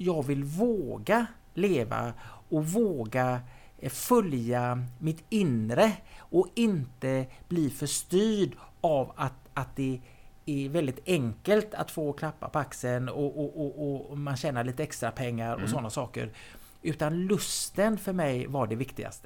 jag vill våga leva och våga följa mitt inre och inte bli förstyrd av att det är väldigt enkelt att få klappa på axeln och man tjänar lite extra pengar och sådana saker. Utan lusten för mig var det viktigaste.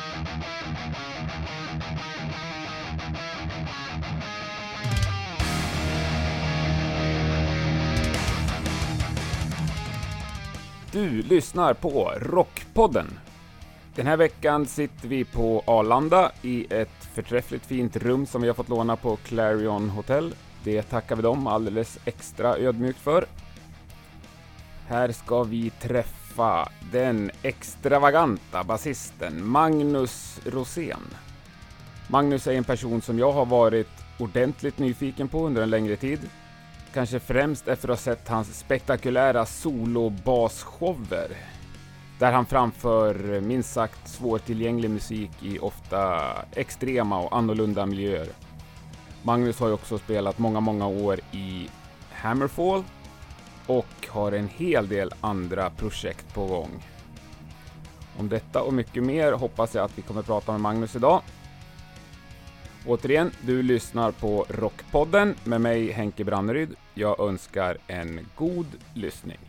Du lyssnar på Rockpodden. Den här veckan sitter vi på Arlanda i ett förträffligt fint rum som vi har fått låna på Clarion Hotel. Det tackar vi dem alldeles extra ödmjukt för. Här ska vi träffa den extravaganta basisten Magnus Rosén. Magnus är en person som jag har varit ordentligt nyfiken på under en längre tid. Kanske främst efter att ha sett hans spektakulära solo-basshower. Där han framför minst sagt svårtillgänglig musik i ofta extrema och annorlunda miljöer. Magnus har ju också spelat många år i Hammerfall och har en hel del andra projekt på gång. Om detta och mycket mer hoppas jag att vi kommer prata med Magnus idag. Återigen, du lyssnar på Rockpodden med mig Henke Branneryd. Jag önskar en god lyssning.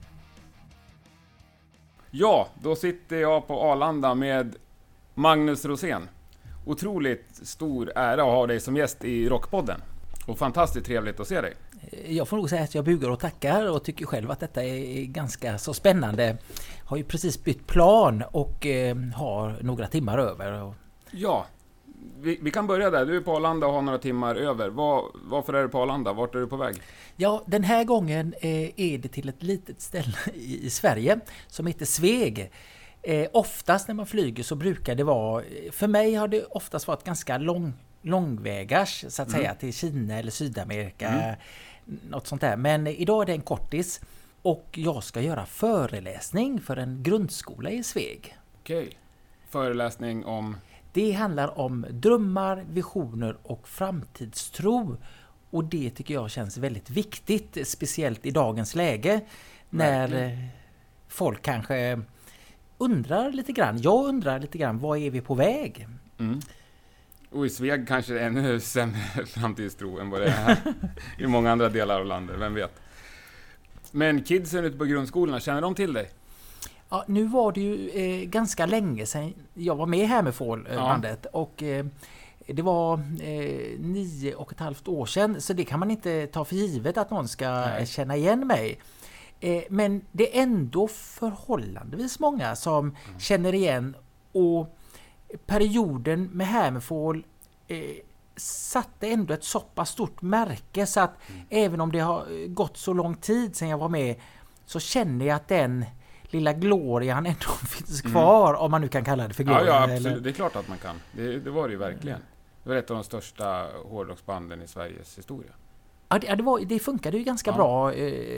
Ja, då sitter jag på Arlanda med Magnus Rosén. Otroligt stor ära att ha dig som gäst i Rockpodden. Och fantastiskt trevligt att se dig. Jag får nog säga att jag bugar och tackar och tycker själv att detta är ganska så spännande. Har ju precis bytt plan och har några timmar över. Ja, vi kan börja där. Du är på Arlanda och har några timmar över. Varför är du på Arlanda? Vart är du på väg? Ja, den här gången är det till ett litet ställe i Sverige som heter Sveg. Oftast när man flyger så brukar det vara, för mig har det oftast varit ganska långvägars så att säga till Kina eller Sydamerika, något sånt där. Men idag är det en kortis och jag ska göra föreläsning för en grundskola i Sveg. Okej, föreläsning om? Det handlar om drömmar, visioner och framtidstro. Och det tycker jag känns väldigt viktigt, speciellt i dagens läge. När folk kanske undrar lite grann. Jag undrar lite grann, vad är vi på väg? Och i Sveg kanske ännu sämre framtidstro än vad det är här i många andra delar av landet, vem vet. Men kidsen ute på grundskolorna, känner de till dig? Ja, nu var det ju ganska länge sedan jag var med här med bandet och det var 9,5 år sedan, så det kan man inte ta för givet att någon ska känna igen mig. Men det är ändå förhållandevis många som känner igen, och perioden med Hammerfall satte ändå ett så pass stort märke så att även om det har gått så lång tid sedan jag var med så känner jag att den lilla glorian ändå finns kvar, om man nu kan kalla det för gloria. Ja, absolut. Eller? Det är klart att man kan. Det var det ju verkligen. Det var ett av de största hårdrocksbanden i Sveriges historia. Ja, det funkade ju ganska bra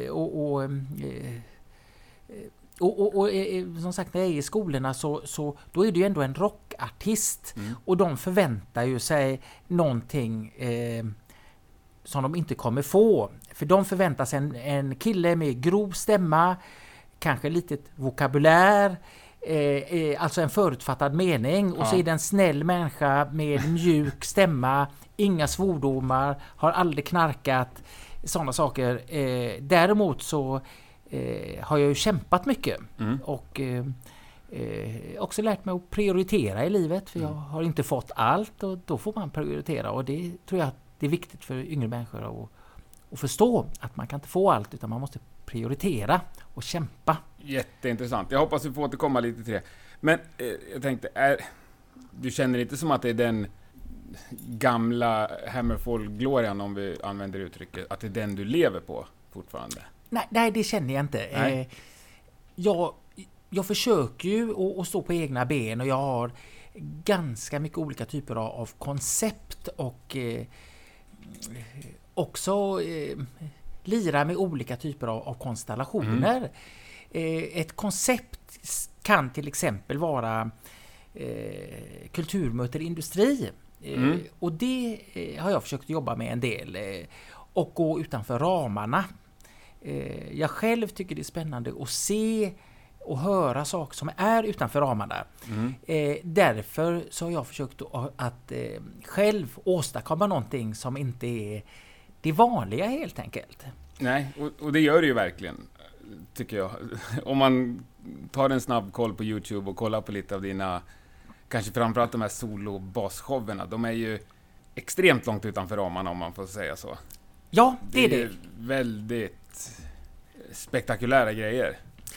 och som sagt, när jag är i skolorna så då är det ju ändå en rockartist och de förväntar ju sig någonting som de inte kommer få. För de förväntar sig en kille med grov stämma, kanske litet vokabulär, alltså en förutfattad mening, och så är det en snäll människa med mjuk stämma, inga svordomar, har aldrig knarkat, sådana saker. Däremot så har jag ju kämpat mycket och också lärt mig att prioritera i livet, för jag har inte fått allt, och då får man prioritera, och det tror jag att det är viktigt för yngre människor att förstå, att man kan inte få allt utan man måste prioritera och kämpa. Jätteintressant. Jag hoppas vi får återkomma lite till det. Men jag tänkte, du känner inte som att det är den gamla Hammerfall-glorian, om vi använder uttrycket, att det är den du lever på fortfarande? Nej, det känner jag inte. Jag försöker ju att stå på egna ben, och jag har ganska mycket olika typer av koncept och också lira med olika typer av konstellationer. Ett koncept kan till exempel vara kulturmöter industri. Och det har jag försökt jobba med en del. Och gå utanför ramarna. jag själv tycker det är spännande att se och höra saker som är utanför ramarna. Därför så har jag försökt att själv åstadkomma någonting som inte är det vanliga helt enkelt. Nej, och det gör det ju verkligen, tycker jag. Om man tar en snabb koll på YouTube och kollar på lite av dina, kanske framförallt de här solo-basshowerna, de är ju extremt långt utanför ramarna, om man får säga så. Ja, det är det. Väldigt spektakulära grejer.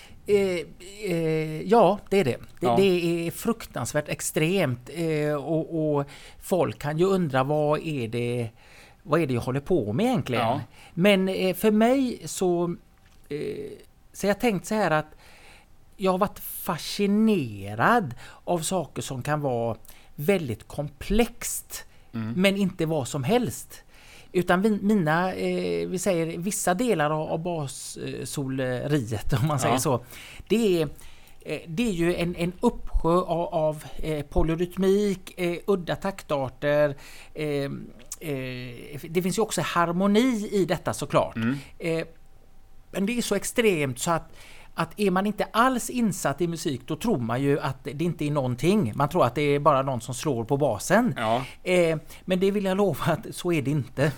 Ja, det är det. Ja. Det är fruktansvärt extremt och folk kan ju undra vad är det jag håller på med egentligen. Ja. Men för mig så jag tänkt så här att jag har varit fascinerad av saker som kan vara väldigt komplext men inte vad som helst. Utan mina, vi säger vissa delar av bassoleriet, om man säger så, det är ju en uppsjö av polyrytmik, udda taktarter. Det finns ju också harmoni i detta såklart. Men det är så extremt så att är man inte alls insatt i musik, då tror man ju att det inte är någonting. Man tror att det är bara någon som slår på basen. Ja. Men det vill jag lova att så är det inte.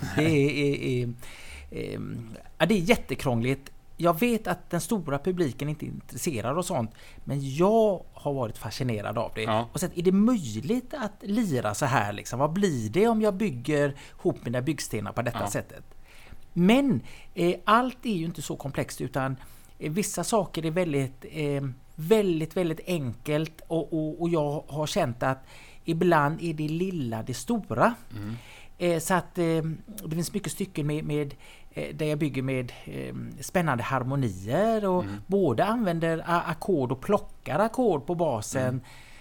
Det är jättekrångligt. Jag vet att den stora publiken inte är intresserad av sånt, men jag har varit fascinerad av det. Ja. Och så är det möjligt att lira så här liksom? Vad blir det om jag bygger ihop mina byggstenar på detta sättet? Men allt är ju inte så komplext, utan vissa saker är väldigt enkelt och jag har känt att ibland är det lilla det stora. Så att det finns mycket stycken med där jag bygger med spännande harmonier och både använder ackord och plockar ackord på basen.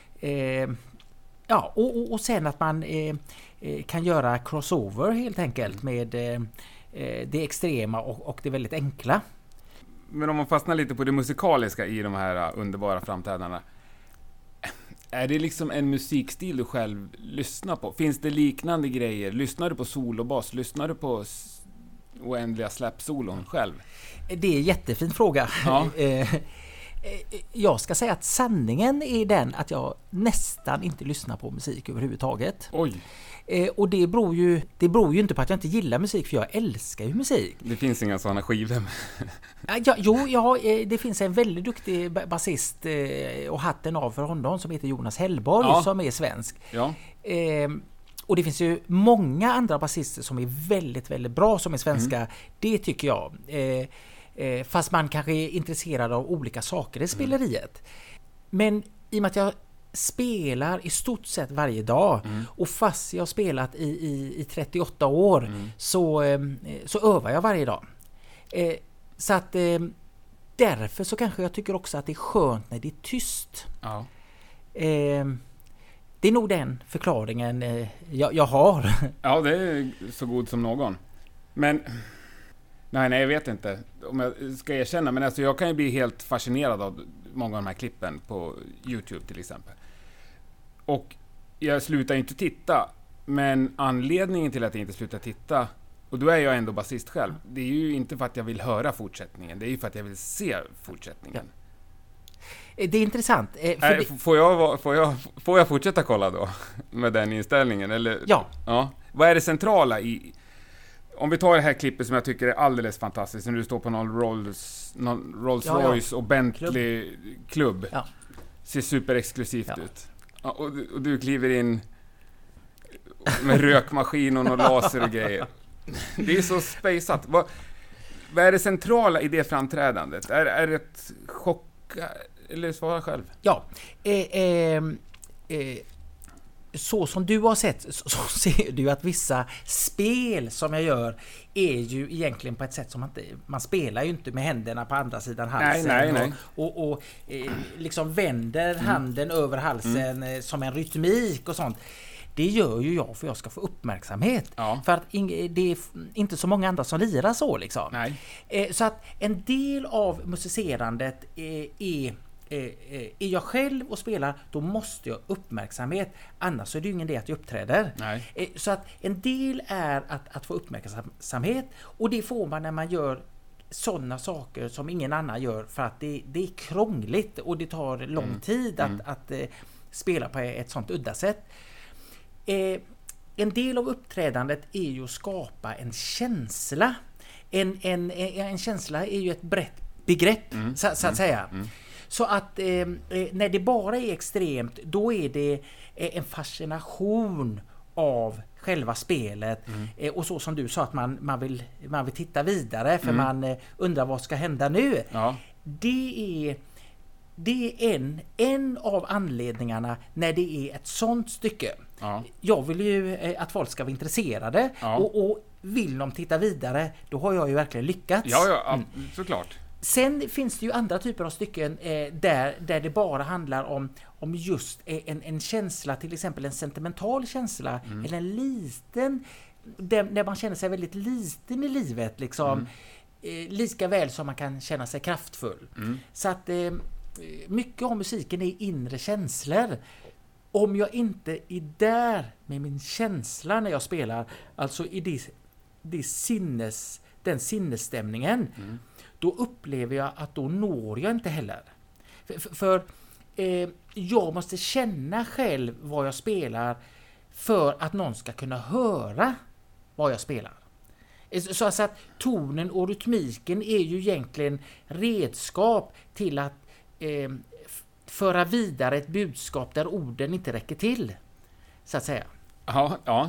Och sen att man kan göra crossover helt enkelt med det extrema och det väldigt enkla. Men om man fastnar lite på det musikaliska i de här underbara framträdandena, är det liksom en musikstil du själv lyssnar på? Finns det liknande grejer? Lyssnar du på solobass? Lyssnar du på oändliga släppsolon själv? Det är en jättefin fråga. Ja. Jag ska säga att sanningen är den att jag nästan inte lyssnar på musik överhuvudtaget. Oj. Och det beror ju inte på att jag inte gillar musik, för jag älskar ju musik. Det finns inga sådana skivor. Det finns en väldigt duktig basist och hatten av för honom som heter Jonas Hellborg som är svensk. Ja. Och det finns ju många andra basister som är väldigt, väldigt bra som är svenska. Det tycker jag. Fast man kanske är intresserad av olika saker i speleriet. Men i och med att jag spelar i stort sett varje dag och fast jag har spelat i 38 år så övar jag varje dag. Så att därför så kanske jag tycker också att det är skönt när det är tyst. Ja. Det är nog den förklaringen jag har. Ja, det är så god som någon. Men nej, jag vet inte om jag ska erkänna, men alltså jag kan ju bli helt fascinerad av många av de här klippen på YouTube till exempel. Och jag slutar inte titta, men anledningen till att jag inte slutar titta, och då är jag ändå basist själv, det är ju inte för att jag vill höra fortsättningen, det är ju för att jag vill se fortsättningen. Ja. Det är intressant. Får jag fortsätta kolla då med den inställningen? Eller? Ja. Vad är det centrala i... Om vi tar det här klippet som jag tycker är alldeles fantastiskt, när du står på någon Rolls Royce och Bentley klubb. Ja. Ser superexklusivt ut. Ja, och du kliver in med rökmaskin och laser och grejer. Det är så spejsat. Vad är det centrala i det framträdandet? Är det ett chock? Eller svara själv. Ja. Så som du har sett så ser du att vissa spel som jag gör är ju egentligen på ett sätt som man spelar ju inte med händerna på andra sidan halsen. Nej. Och liksom vänder handen över halsen som en rytmik och sånt. Det gör ju jag för jag ska få uppmärksamhet. Ja. För att det är inte så många andra som lirar så liksom. Nej. Så att en del av musicerandet är jag själv och spelar, då måste jag uppmärksamhet, annars så är det ju ingen idé att jag uppträder. Så att en del är att få uppmärksamhet, och det får man när man gör sådana saker som ingen annan gör för att det är krångligt och det tar lång tid att spela på ett sånt udda sätt. En del av uppträdandet är ju att skapa en känsla. En känsla är ju ett brett begrepp så att säga. Så att när det bara är extremt, då är det en fascination av själva spelet. Och så som du sa, att man vill titta vidare för man undrar vad ska hända nu. Ja. Det är en av anledningarna när det är ett sånt stycke. Ja. Jag vill ju att folk ska vara intresserade och vill de titta vidare, då har jag ju verkligen lyckats. Ja, såklart. Sen finns det ju andra typer av stycken där det bara handlar om just en känsla, till exempel en sentimental känsla eller en liten, där man känner sig väldigt liten i livet liksom, lika väl som man kan känna sig kraftfull. Så att mycket av musiken är inre känslor. Om jag inte är där med min känsla när jag spelar, alltså i den sinnesstämningen, då upplever jag att då når jag inte heller. För jag måste känna själv vad jag spelar för att någon ska kunna höra vad jag spelar. Så alltså att tonen och rytmiken är ju egentligen redskap till att föra vidare ett budskap där orden inte räcker till, så att säga. Ja.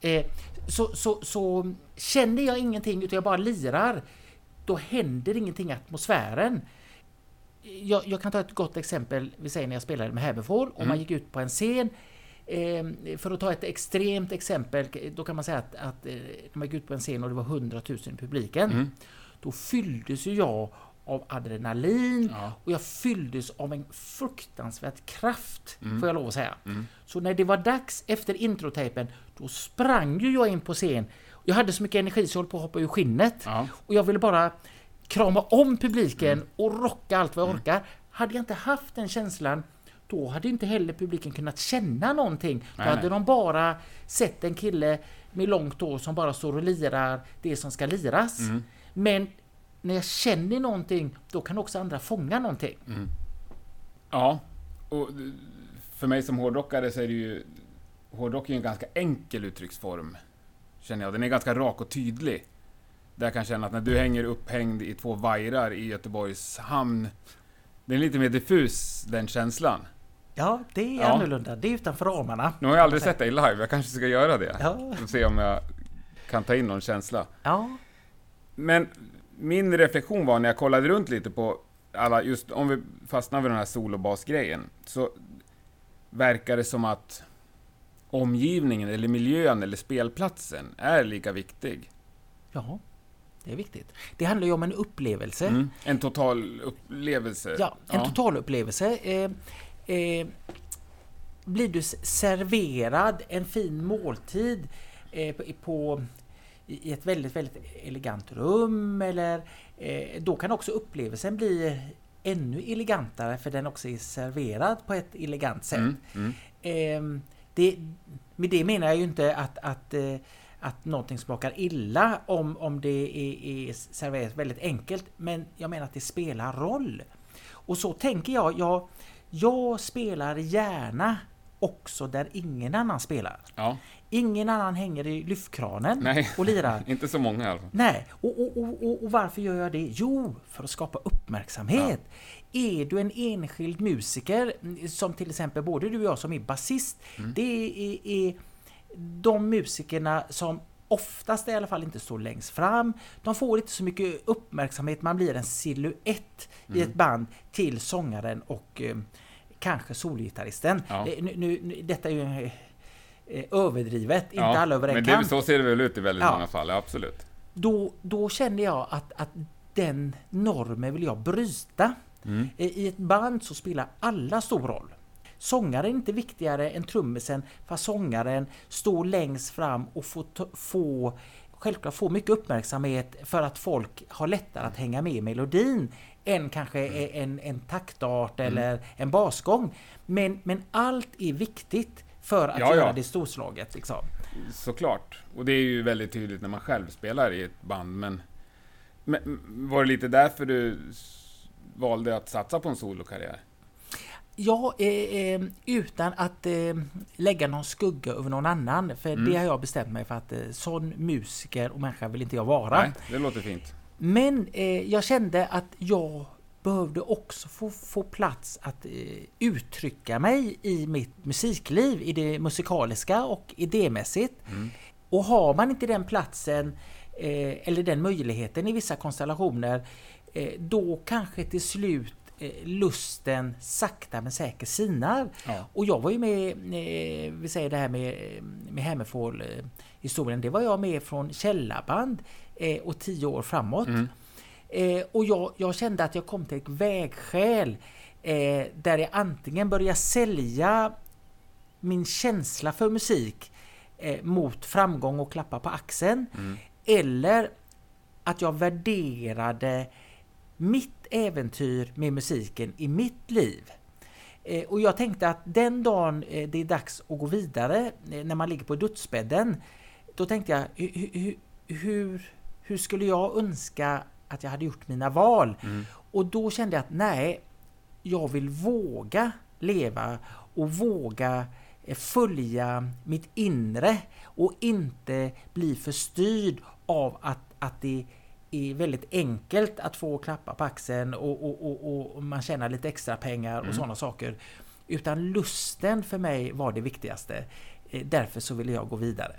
Så känner jag ingenting utan jag bara lirar, då händer ingenting i atmosfären. Jag kan ta ett gott exempel. Vi säger när jag spelade med Haberford och man gick ut på en scen. För att ta ett extremt exempel, då kan man säga att man gick ut på en scen och det var 100 000 i publiken. Då fylldes ju jag av adrenalin och jag fylldes av en fruktansvärd kraft, får jag lov att säga. Så när det var dags efter introtejpen, då sprang ju jag in på scen. Jag hade så mycket energi så jag höll på att hoppa ur skinnet. Och jag ville bara krama om publiken och rocka allt vad jag orkar. Hade jag inte haft den känslan, då hade inte heller publiken kunnat känna någonting. Då hade de bara sett en kille med långt hår som bara står och lirar det som ska liras. Men när jag känner någonting, då kan också andra fånga någonting. Ja, och för mig som hårdrockare så är det ju, hårdrock är en ganska enkel uttrycksform, känner jag. Den är ganska rak och tydlig. Där jag kan känna att när du hänger upphängd i 2 vajrar i Göteborgs hamn, det är lite mer diffus, den känslan. Ja, det är annorlunda. Det är utanför ramarna. Nu har jag aldrig sett dig live, jag kanske ska göra det. Ja. Och se om jag kan ta in någon känsla. Ja. Men min reflektion var när jag kollade runt lite på alla, just om vi fastnar vid den här solobasgrejen, så verkar det som att omgivningen eller miljön eller spelplatsen är lika viktig. Ja, det är viktigt. Det handlar ju om en upplevelse. En total upplevelse. Ja, en total upplevelse. Blir du serverad en fin måltid i ett väldigt, väldigt elegant rum, eller då kan också upplevelsen bli ännu elegantare för den också är serverad på ett elegant sätt. Med det menar jag ju inte att någonting smakar illa om det är serverat väldigt enkelt, men jag menar att det spelar roll. Och så tänker jag spelar gärna också där ingen annan spelar. Ja. Ingen annan hänger i lyftkranen. Nej, och lirar. Inte så många i alla fall. Nej, och varför gör jag det? Jo, för att skapa uppmärksamhet. Ja. Är du en enskild musiker, som till exempel både du och jag som är basist, det är de musikerna som oftast i alla fall inte står längst fram. De får inte så mycket uppmärksamhet. Man blir en silhuett i ett band till sångaren och kanske solgitarristen. Ja. Detta är ju överdrivet, inte alla över en kam. Men så ser det väl ut i väldigt många fall, absolut. Då känner jag att den normen vill jag bryta. I ett band så spelar alla stor roll. Sångaren är inte viktigare än trummisen, fast sångaren står längst fram och självklart får mycket uppmärksamhet för att folk har lättare att hänga med i melodin än kanske en taktart eller en basgång. Men allt är viktigt för att göra det storslaget. Liksom. Såklart. Och det är ju väldigt tydligt när man själv spelar i ett band. Men Men var det lite därför du valde att satsa på en solokarriär? Ja, utan att lägga någon skugga över någon annan. För det har jag bestämt mig för att sån musiker och människa vill inte jag vara. Nej, det låter fint. Men jag kände att jag behövde också få plats att uttrycka mig i mitt musikliv, i det musikaliska och idémässigt. Och har man inte den platsen eller den möjligheten i vissa konstellationer, då kanske till slut lusten sakta men säkert sinar. Ja. Och jag var ju med, vi säger det här med Hammerfall historien, det var jag med från källarband och 10 år framåt. Och jag kände att jag kom till ett vägskäl där jag antingen började sälja min känsla för musik mot framgång och klappa på axeln, eller att jag värderade mitt äventyr med musiken i mitt liv. Och jag tänkte att den dagen det är dags att gå vidare, när man ligger på dödsbädden, då tänkte jag, hur skulle jag önska att jag hade gjort mina val? Och då kände jag att nej, jag vill våga leva och våga följa mitt inre och inte bli förstyrd av att det är väldigt enkelt att få klappa på axeln och man tjänar lite extra pengar och sådana saker. Utan lusten för mig var det viktigaste. Därför så ville jag gå vidare.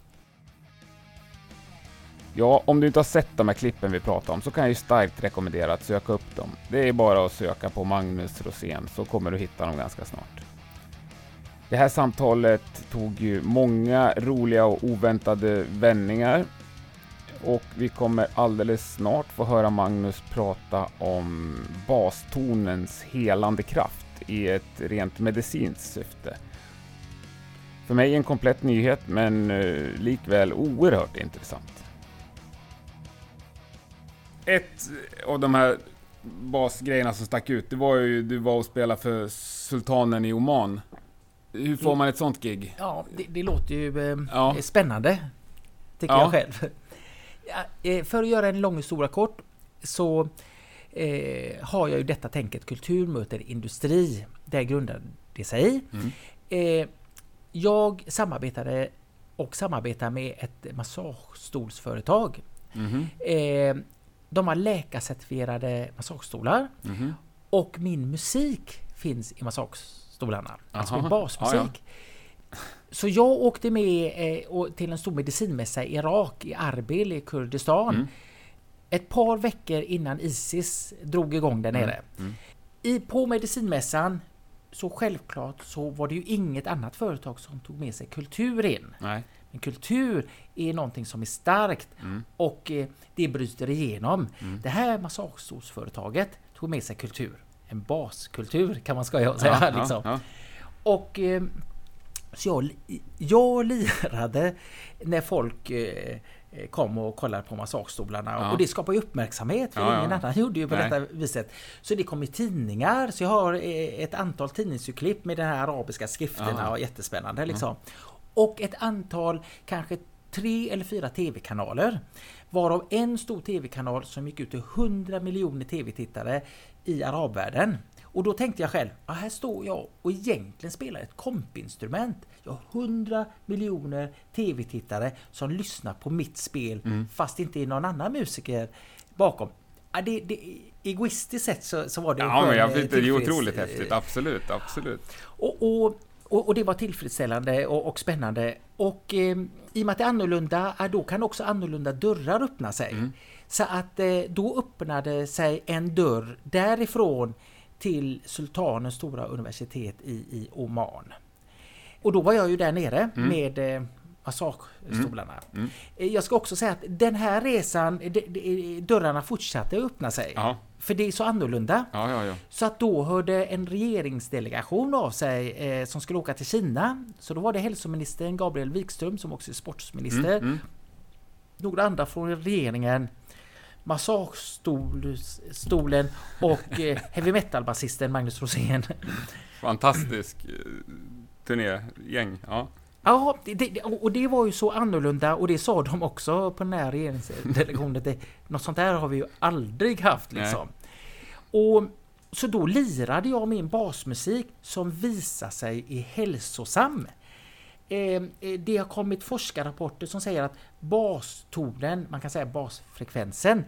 Ja, om du inte har sett de här klippen vi pratar om så kan jag ju starkt rekommendera att söka upp dem. Det är bara att söka på Magnus Rosén så kommer du hitta dem ganska snart. Det här samtalet tog ju många roliga och oväntade vändningar. Och vi kommer alldeles snart få höra Magnus prata om bastonens helande kraft i ett rent medicinskt syfte. För mig en komplett nyhet, men likväl oerhört intressant. Ett av de här basgrejerna som stack ut, det var ju du var och spelade för sultanen i Oman. Hur får man ett sånt gig? Ja, det låter ju spännande, tycker jag själv. För att göra en lång historia kort så har jag ju detta tänket kultur möter industri. Där grundade det sig. Jag samarbetar med ett massagestolsföretag. De har läkarcertifierade massagestolar och min musik finns i massagestolarna. Alltså min basmusik. Så jag åkte med till en stor medicinmässa i Irak, i Arbil i Kurdistan. Ett par veckor innan ISIS drog igång där nere. På medicinmässan så självklart så var det ju inget annat företag som tog med sig kultur in. Nej. Men kultur är någonting som är starkt och det bryter igenom. Det här massagestolsföretaget tog med sig kultur. En baskultur kan man säga. Liksom. Och så jag lirade när folk kom och kollade på massagestolarna och det skapar ju uppmärksamhet för ingen annan gjorde ju på detta viset. Så det kom i tidningar, så jag har ett antal tidningsurklipp med de här arabiska skrifterna och jättespännande liksom. Och ett antal, kanske 3 eller 4 tv-kanaler, varav en stor tv-kanal som gick ut till 100 miljoner tv-tittare i arabvärlden. Och då tänkte jag själv, här står jag och egentligen spelar ett kompinstrument. Jag har 100 miljoner tv-tittare som lyssnar på mitt spel fast inte är någon annan musiker bakom. Egoistiskt sett så var det det är otroligt häftigt, absolut. Och det var tillfredsställande och spännande. Och i och med att det är annorlunda, då kan också annorlunda dörrar öppna sig. Så att då öppnade sig en dörr därifrån till sultanens stora universitet i Oman. Och då var jag ju där nere med massagestolarna. Jag ska också säga att den här resan, dörrarna fortsatte att öppna sig. För det är så annorlunda. Så att då hörde en regeringsdelegation av sig som skulle åka till Kina. Så då var det hälsoministern Gabriel Wikström som också är sportsminister. Några andra från regeringen, massagestolen och heavy metal-basisten Magnus Rosén. Fantastisk turnégäng, Ja, och det var ju så annorlunda, och det sa de också på den här regeringsdelegationen. Något sånt där har vi ju aldrig haft liksom. Och så då lirade jag min basmusik som visar sig är hälsosam. Det har kommit forskarrapporter som säger att bastonen, man kan säga basfrekvensen,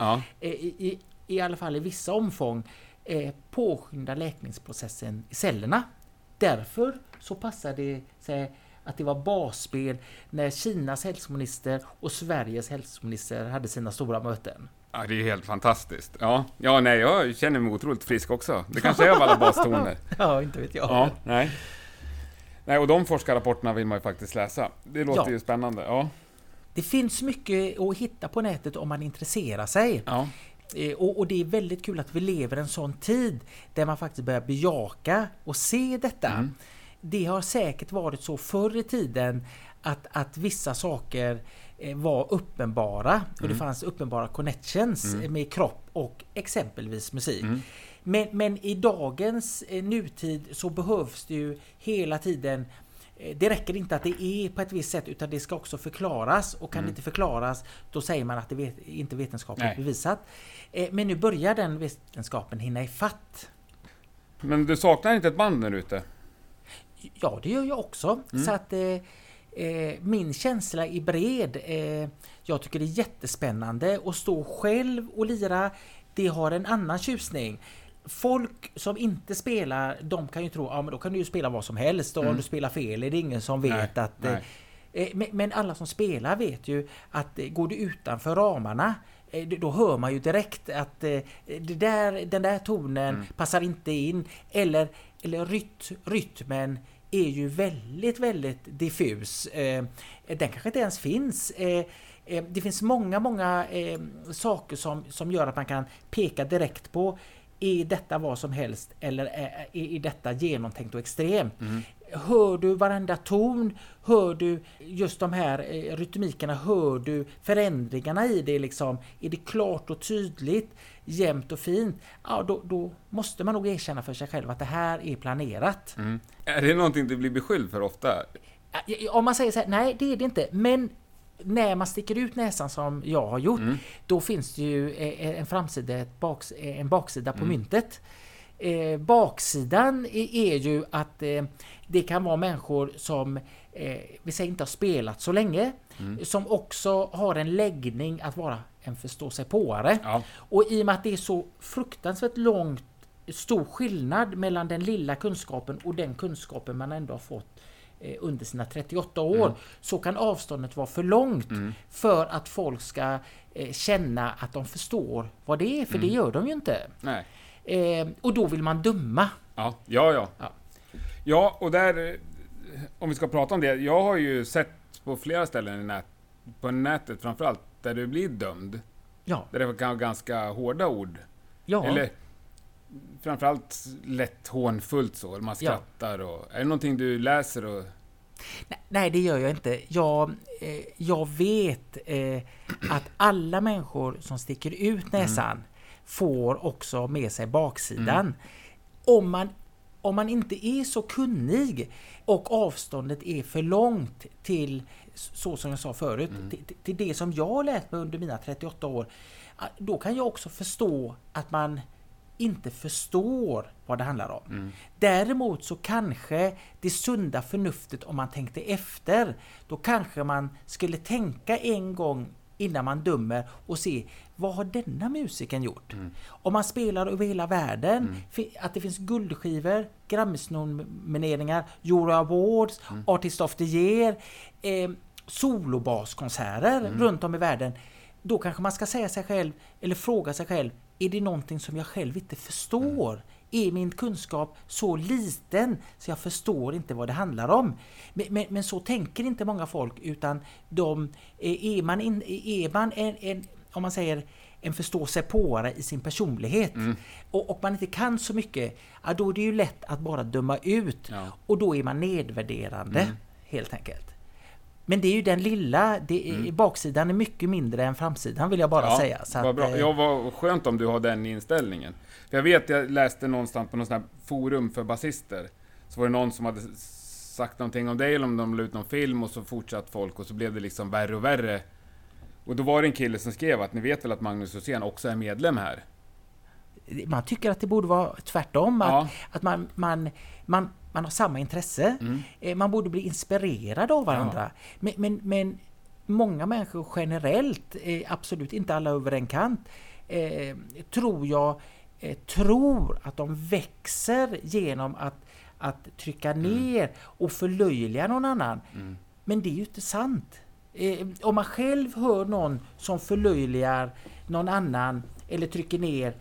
i alla fall i vissa omfång påskyndar läkningsprocessen i cellerna. Därför så passar det sig att det var basspel när Kinas hälsominister och Sveriges hälsominister hade sina stora möten. Ja, det är helt fantastiskt. Ja, nej, jag känner mig otroligt frisk också. Det kanske är av alla bastoner. Ja, inte vet jag. Ja, nej, och de forskarrapporterna vill man ju faktiskt läsa. Det låter ju spännande. Ja. Det finns mycket att hitta på nätet om man intresserar sig. Ja. Och det är väldigt kul att vi lever en sån tid där man faktiskt börjar bejaka och se detta. Det har säkert varit så förr i tiden att vissa saker var uppenbara och det fanns uppenbara connections med kropp och exempelvis musik. Men i dagens nutid så behövs det ju hela tiden. Det räcker inte att det är på ett visst sätt, utan det ska också förklaras, och kan det inte förklaras, då säger man att det inte är vetenskapligt bevisat. Men nu börjar den vetenskapen hinna ifatt. Men du saknar inte ett band där ute? Ja, det gör jag också. Så att min känsla är bred. Jag tycker det är jättespännande att stå själv och lira. Det har en annan tjusning. Folk som inte spelar, de kan ju tro, men då kan du ju spela vad som helst, och om du spelar fel är det ingen som vet att... Men alla som spelar vet ju att går du utanför ramarna, då hör man ju direkt att den där tonen passar inte in, eller rytmen är ju väldigt, väldigt diffus. Den kanske inte ens finns. Det finns många saker som gör att man kan peka direkt på, är detta vad som helst eller är detta genomtänkt och extremt. Hör du varenda ton, hör du just de här rytmikerna, hör du förändringarna i det liksom, är det klart och tydligt, jämnt och fint, då måste man nog erkänna för sig själv att det här är planerat. Är det någonting du blir beskylld för ofta? Om man säger så här, nej det är det inte, men när man sticker ut näsan som jag har gjort, då finns det ju en framsida, en baksida på myntet. Baksidan är ju att det kan vara människor som vi säger inte har spelat så länge, som också har en läggning att vara en förståsigpåare. Och i och med att det är så fruktansvärt stor skillnad mellan den lilla kunskapen och den kunskapen man ändå har fått under sina 38 år, så kan avståndet vara för långt för att folk ska känna att de förstår vad det är, för det gör de ju inte. Nej. Och då vill man döma. Ja, och där, om vi ska prata om det, jag har ju sett på flera ställen på nätet framförallt, där du blir dömd. Ja. Där det kan vara ganska hårda ord. Ja. Eller framförallt lätt hånfullt så, man skrattar. Och, är det någonting du läser? Och... Nej, det gör jag inte. Jag vet att alla människor som sticker ut näsan får också med sig baksidan. Om man inte är så kunnig och avståndet är för långt till, så som jag sa förut, till det som jag har lärt mig under mina 38 år, då kan jag också förstå att man inte förstår vad det handlar om. Däremot så kanske det sunda förnuftet, om man tänkte efter, då kanske man skulle tänka en gång innan man dömer och se, vad har denna musiken gjort? Om man spelar över hela världen, att det finns guldskivor, Grammis-nomineringar, Euro Awards, Artist of the Year, solobaskonserter runt om i världen, då kanske man ska säga sig själv, eller fråga sig själv, är det någonting som jag själv inte förstår? Är min kunskap så liten så jag förstår inte vad det handlar om? Men så tänker inte många folk, utan är man en om man säger en förståsigpåare i sin personlighet och man inte kan så mycket, då är det ju lätt att bara döma ut, och då är man nedvärderande helt enkelt. Men det är ju den lilla, baksidan är mycket mindre än framsidan, vill jag bara säga. Så vad bra. Ja, vad skönt om du har den inställningen. För jag läste någonstans på någon sån här forum för basister, så var det någon som hade sagt någonting om dig eller om de la ut någon film och så fortsatt folk och så blev det liksom värre och värre. Och då var det en kille som skrev att ni vet väl att Magnus Rosén också är medlem här? Man tycker att det borde vara tvärtom, att man har samma intresse. Man borde bli inspirerad av varandra. Men många människor generellt, absolut inte alla över en kant, tror att de växer genom att trycka ner och förlöjliga någon annan. Men det är ju inte sant. Om man själv hör någon som förlöjligar någon annan eller trycker ner,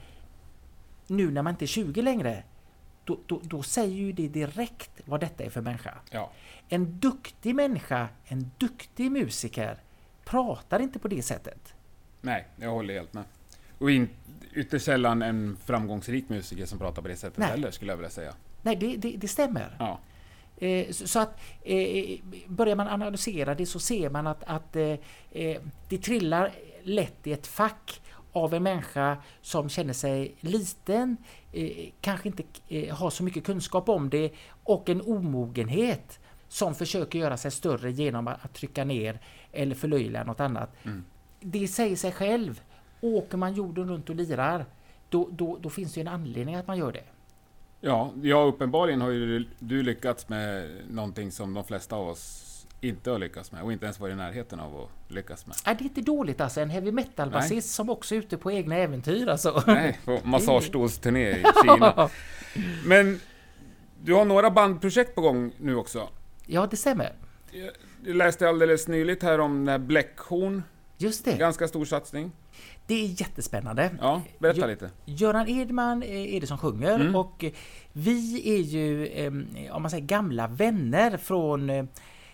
nu när man inte är 20 längre, då säger ju det direkt vad detta är för människa. Ja. En duktig människa, en duktig musiker pratar inte på det sättet. Nej, jag håller helt med. Och ytterst sällan en framgångsrik musiker som pratar på det sättet heller, skulle jag vilja säga. Nej, det stämmer. Ja. Så att börjar man analysera det så ser man att det trillar lätt i ett fack av en människa som känner sig liten, kanske inte har så mycket kunskap om det, och en omogenhet som försöker göra sig större genom att trycka ner eller förlöjliga något annat. Det säger sig själv. Åker man jorden runt och lirar, då finns det en anledning att man gör det. Ja, uppenbarligen har ju du lyckats med någonting som de flesta av oss inte har lyckats med och inte ens varit i närheten av att lyckas med. Det är inte dåligt alltså, en heavy metal-basist som också är ute på egna äventyr alltså. Nej, på massagestolsturné i Kina. Men du har några bandprojekt på gång nu också. Ja, det stämmer. Jag läste alldeles nyligt här om den här Bläckhorn. Just det. Ganska stor satsning. Det är jättespännande. Ja, berätta lite. Göran Edman är det som sjunger och vi är ju, om man säger, gamla vänner från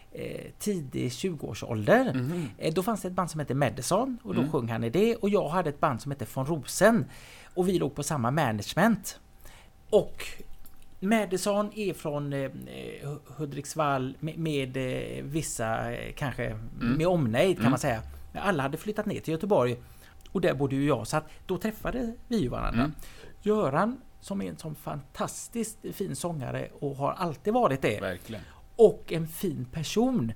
tidig 20-årsålder. Då fanns det ett band som hette Madison och då sjöng han i det, och jag hade ett band som hette Von Rosen och vi låg på samma management. Och Madison är från Hudiksvall med vissa kanske med omnejd kan man säga. Alla hade flyttat ner till Göteborg och där bodde ju jag, så att då träffade vi ju varandra. Göran, som är en sån fantastiskt fin sångare och har alltid varit det. Verkligen. Och en fin person.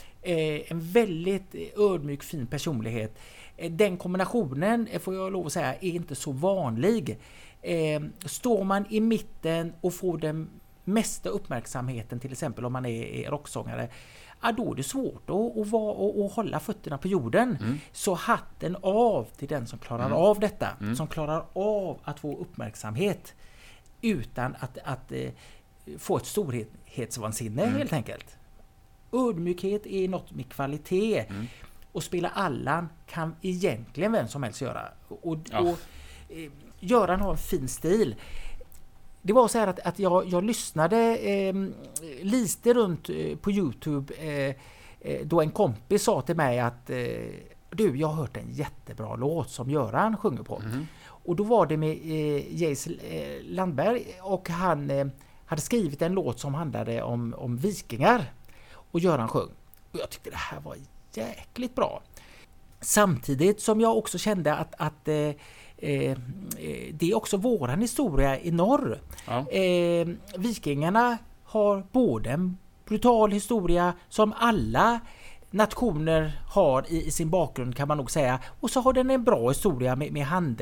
En väldigt ödmjuk fin personlighet. Den kombinationen, får jag lov att säga, är inte så vanlig. Står man i mitten och får den mesta uppmärksamheten, till exempel om man är rocksångare, då är det svårt att hålla fötterna på jorden. Så hatten av till den som klarar av detta. Som klarar av att få uppmärksamhet utan att få ett storhetsvansinne helt enkelt. Ödmjukhet är något med kvalitet. Och spela Allan kan egentligen vem som helst göra. Och Göran har en fin stil. Det var så här att jag lyssnade lite runt på YouTube då en kompis sa till mig att du, jag har hört en jättebra låt som Göran sjunger på. Och då var det med Jace Landberg, och han hade skrivit en låt som handlade om vikingar och Göran sjöng. Och jag tyckte det här var jäkligt bra. Samtidigt som jag också kände att det är också våran historia i norr. Vikingarna har både en brutal historia som alla nationer har i sin bakgrund, kan man nog säga, och så har den en bra historia med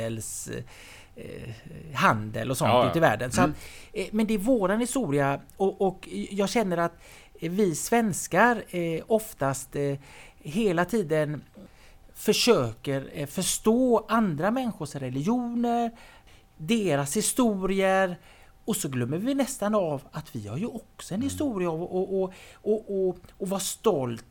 handel och sånt ute i världen. Så att, men det är våran historia, och jag känner att vi svenskar oftast hela tiden försöker förstå andra människors religioner, deras historier, och så glömmer vi nästan av att vi har ju också en historia och vara stolt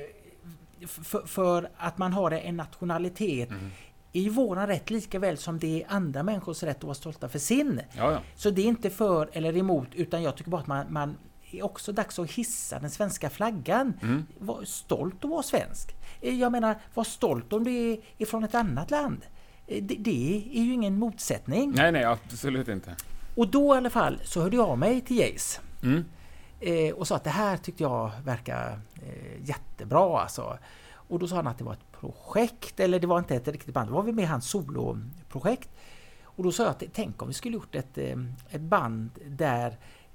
för att man har en nationalitet. Är ju våran rätt lika väl som det är andra människors rätt att vara stolta för sin. Så det är inte för eller emot, utan jag tycker bara att man är också dags att hissa den svenska flaggan. Var stolt att vara svensk. Jag menar, var stolt om det är från ett annat land. Det är ju ingen motsättning. Nej, absolut inte. Och då i alla fall så hörde jag mig till Jace. Och sa att det här tyckte jag verkar jättebra alltså. Och då sa han att det var ett projekt, eller det var inte ett riktigt band, det var väl med hans soloprojekt. Och då sa jag att tänk om vi skulle gjort ett band där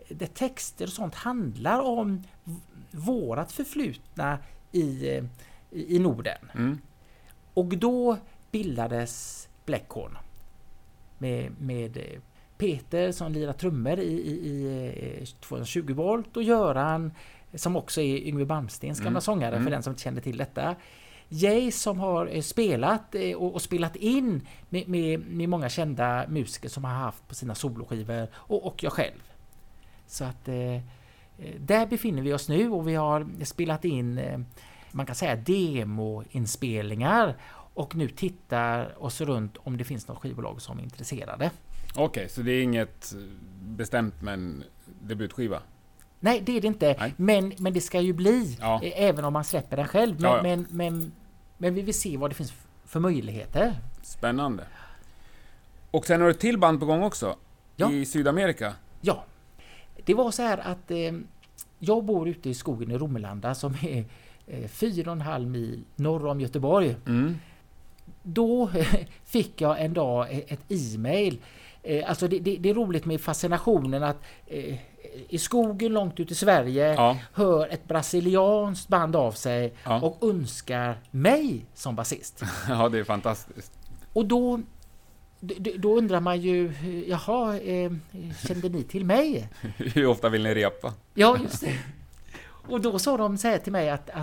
där texter och sånt handlar om vårat förflutna i Norden. Mm. Och då bildades Bläckhorn med Peter som lirar trummor i 220 volt och Göran som också är Yngwie Malmsteens gamla sångare för den som inte kände till detta. Jay som har spelat och spelat in med många kända musiker som har haft på sina soloskivor och jag själv. Så att där befinner vi oss nu och vi har spelat in man kan säga demoinspelningar och nu tittar oss runt om det finns något skivbolag som är intresserade. Okej, så det är inget bestämt med en debutskiva? Nej, det är det inte. Men det ska ju bli, även om man släpper den själv. Men vi vill se vad det finns för möjligheter. Spännande. Och sen har du ett till band på gång också, i Sydamerika. Ja, det var så här att jag bor ute i skogen i Romelanda som är 4,5 mil norr om Göteborg. Då fick jag en dag ett e-mail. Alltså det är roligt med fascinationen att i skogen långt ut i Sverige hör ett brasilianskt band av sig och önskar mig som basist. Ja, det är fantastiskt. Och då undrar man ju, kände ni till mig? Hur ofta vill ni repa? Ja, just det. Och då sa de så här till mig att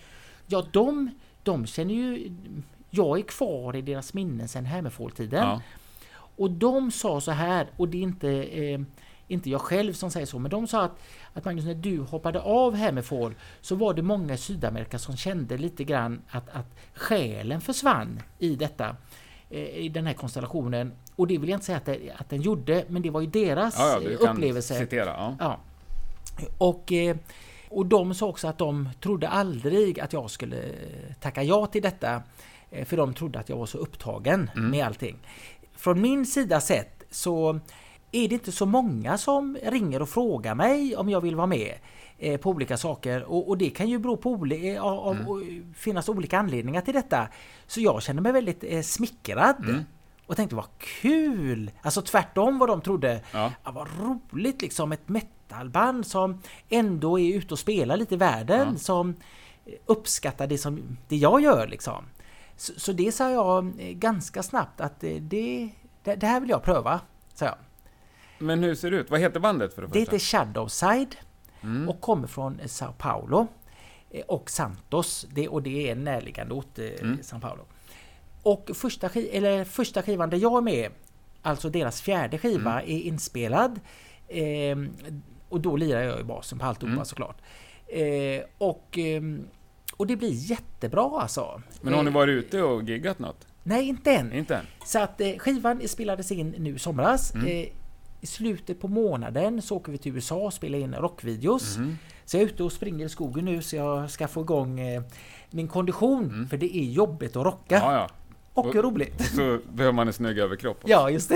de känner ju, jag är kvar i deras minnen sedan Hammerfall-tiden. Ja. Och de sa så här, och det är inte jag själv som säger så, men de sa att Magnus, när du hoppade av Hammerfall så var det många i Sydamerika som kände lite grann att själen försvann i detta, i den här konstellationen. Och det vill jag inte säga att den gjorde, men det var ju deras upplevelse. Citera, ja. Och de sa också att de trodde aldrig att jag skulle tacka ja till detta, för de trodde att jag var så upptagen med allting. Från min sida sett så är det inte så många som ringer och frågar mig om jag vill vara med på olika saker. Och det kan ju bero på finnas olika anledningar till detta. Så jag känner mig väldigt smickrad. Och tänkte, vad kul! Alltså tvärtom vad de trodde. Ja. Vad roligt liksom, ett metalband som ändå är ute och spelar lite i världen. Som uppskattar det jag gör liksom. Så det sa jag ganska snabbt att det här vill jag pröva, sa jag. Men hur ser det ut? Vad heter bandet för det första? Det heter Shadowside och kommer från Sao Paulo och Santos. Det är en närliggande ort, Sao Paulo. Och första skivan där jag är med, alltså deras 4:e skiva, är inspelad. Och då lirar jag i basen på alltihopa såklart. Och det blir jättebra alltså. Men har ni varit ute och giggat något? Nej, inte än. Inte än. Så att skivan spelades in nu i somras. I slutet på månaden så åker vi till USA och spelar in rockvideos. Så jag är ute och springer i skogen nu så jag ska få igång min kondition. För det är jobbigt att rocka. Ja. Och roligt. Så behöver man en snygg överkropp också. Ja, just det.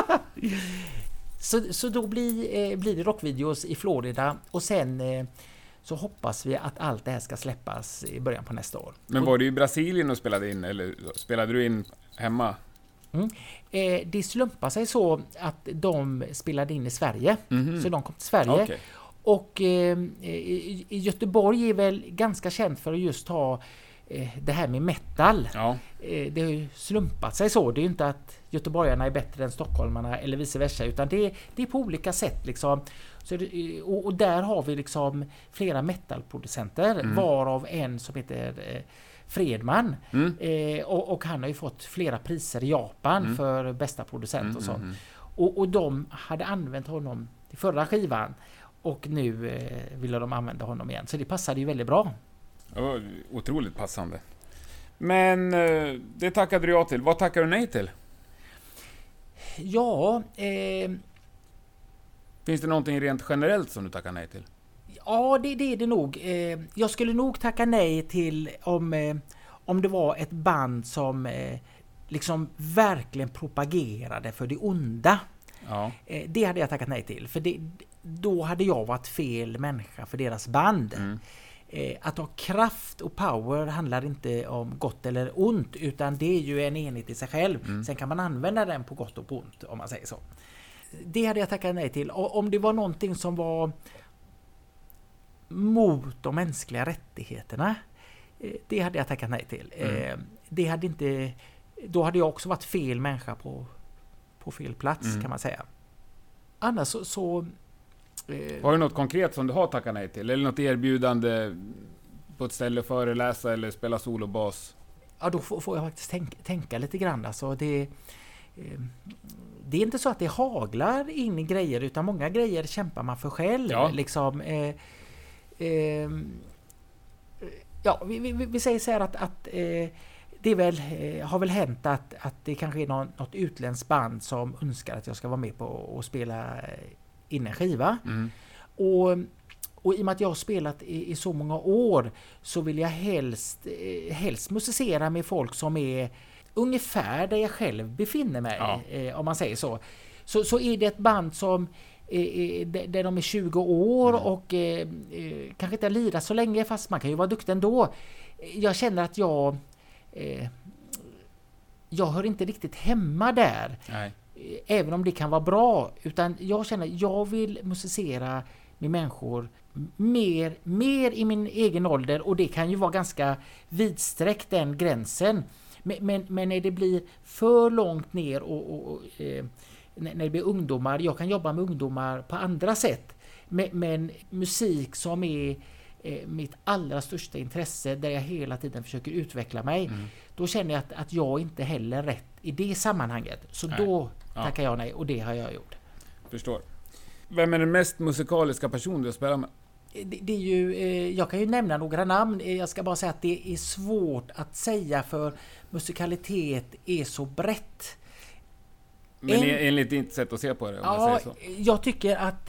Så då blir det rockvideos i Florida. Och sen så hoppas vi att allt det här ska släppas i början på nästa år. Men var du i Brasilien och spelade in, eller spelade du in hemma? Det slumpar sig så att de spelade in i Sverige. Så de kom till Sverige. Okay. Och i Göteborg är väl ganska känt för att just ha det här med metal. Ja. Det har ju slumpat sig så. Det är ju inte att göteborgarna är bättre än stockholmarna eller vice versa, utan det är på olika sätt liksom. Så och där har vi liksom flera metalproducenter, varav en som heter Fredman. Och han har ju fått flera priser i Japan för bästa producent och sånt. Och de hade använt honom till förra skivan och nu ville de använda honom igen. Så det passade ju väldigt bra. Ja, otroligt passande. Men det tackade du ja till. Vad tackar du nej till? Ja... Finns det någonting rent generellt som du tackar nej till? Ja, det är det nog. Jag skulle nog tacka nej till om det var ett band som liksom verkligen propagerade för det onda. Ja. Det hade jag tackat nej till. För då hade jag varit fel människa för deras band. Att ha kraft och power handlar inte om gott eller ont, utan det är ju en enhet i sig själv. Sen kan man använda den på gott och på ont, om man säger så. Det hade jag tackat nej till. Om det var någonting som var mot de mänskliga rättigheterna, det hade jag tackat nej till. Det hade inte, då hade jag också varit fel människa på fel plats, kan man säga. Annars så har du något konkret som du har tackat nej till? Eller något erbjudande på ett ställe, föreläsa eller spela solobas? Ja, då får jag faktiskt tänka lite grann. Alltså det är inte så att det haglar in i grejer, utan många grejer kämpar man för själv. Ja. Liksom, vi säger så här att det har väl hänt att det kanske är något utländskt band som önskar att jag ska vara med på och spela in en skiva. Och i och med att jag har spelat i så många år, så vill jag helst musicera med folk som är ungefär där jag själv befinner mig, om man säger så. Så är det ett band som där de är 20 år och kanske inte lirar så länge, fast man kan ju vara duktig ändå. Jag känner att jag hör inte riktigt hemma där. Nej. Även om det kan vara bra, utan jag känner att jag vill musicera med människor mer i min egen ålder, och det kan ju vara ganska vidsträckt, den gränsen. Men när det blir för långt ner och när det blir ungdomar, jag kan jobba med ungdomar på andra sätt, men musik som är mitt allra största intresse, där jag hela tiden försöker utveckla mig, då känner jag att jag inte heller rätt i det sammanhanget. Så då tackar jag nej, och det har jag gjort. Förstår. Vem är den mest musikaliska person du spelar med? Det är ju, jag kan ju nämna några namn. Jag ska bara säga att det är svårt att säga, för musikalitet är så brett. Men enligt ditt sätt att se på det, om jag säger så. Jag tycker att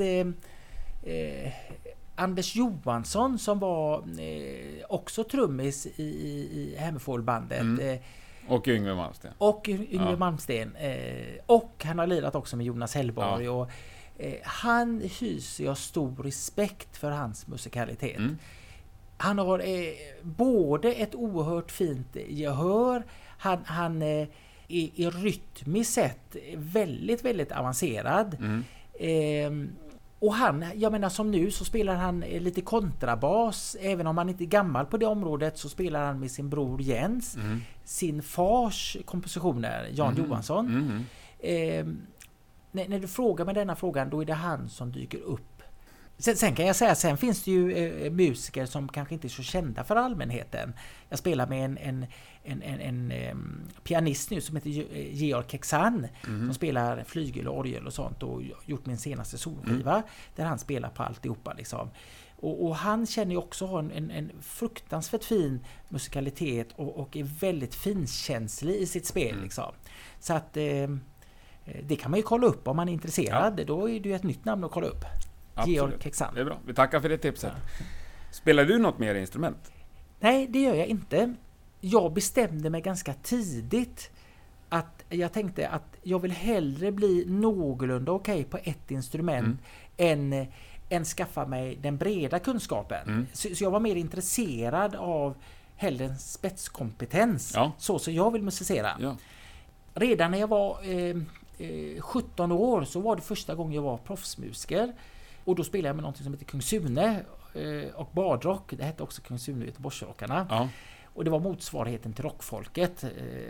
Anders Johansson, som var också trummis i Hemfold-bandet. Och Yngve Malmsten. Malmsten. Och han har lirat också med Jonas Hellborg. Och han hyser jag stor respekt för hans musikalitet. Han har både ett oerhört fint gehör, han är i rytmiskt sett väldigt, väldigt avancerad. Och jag menar, som nu så spelar han lite kontrabas, även om han inte är gammal på det området, så spelar han med sin bror Jens, sin fars kompositioner, Jan Johansson. När du frågar med denna frågan, då är det han som dyker upp. Sen kan jag säga, sen finns det ju musiker som kanske inte är så kända för allmänheten. Jag spelar med en pianist nu som heter Georg Kexan, som spelar flygel och orgel och sånt, och gjort min senaste solskiva där han spelar på alltihopa liksom. Och han känner ju också en fruktansvärt fin musikalitet och är väldigt finkänslig i sitt spel liksom. Så att det kan man ju kolla upp om man är intresserad. Då är det ju ett nytt namn att kolla upp. Absolut. Georg Kexan. Det är bra. Vi tackar för det tipset. Spelar du något mer instrument? Nej, det gör jag inte. Jag bestämde mig ganska tidigt att jag tänkte att jag vill hellre bli någorlunda okej på ett instrument än skaffa mig den breda kunskapen. Så jag var mer intresserad av hellre en spetskompetens. Så jag vill musicera. Ja. Redan när jag var 17 år så var det första gången jag var proffsmusiker. Och då spelade jag med något som heter Kung Sune och Badrock. Det hette också Kung Sune Göteborgsrockarna. Ja. Och det var motsvarigheten till rockfolket.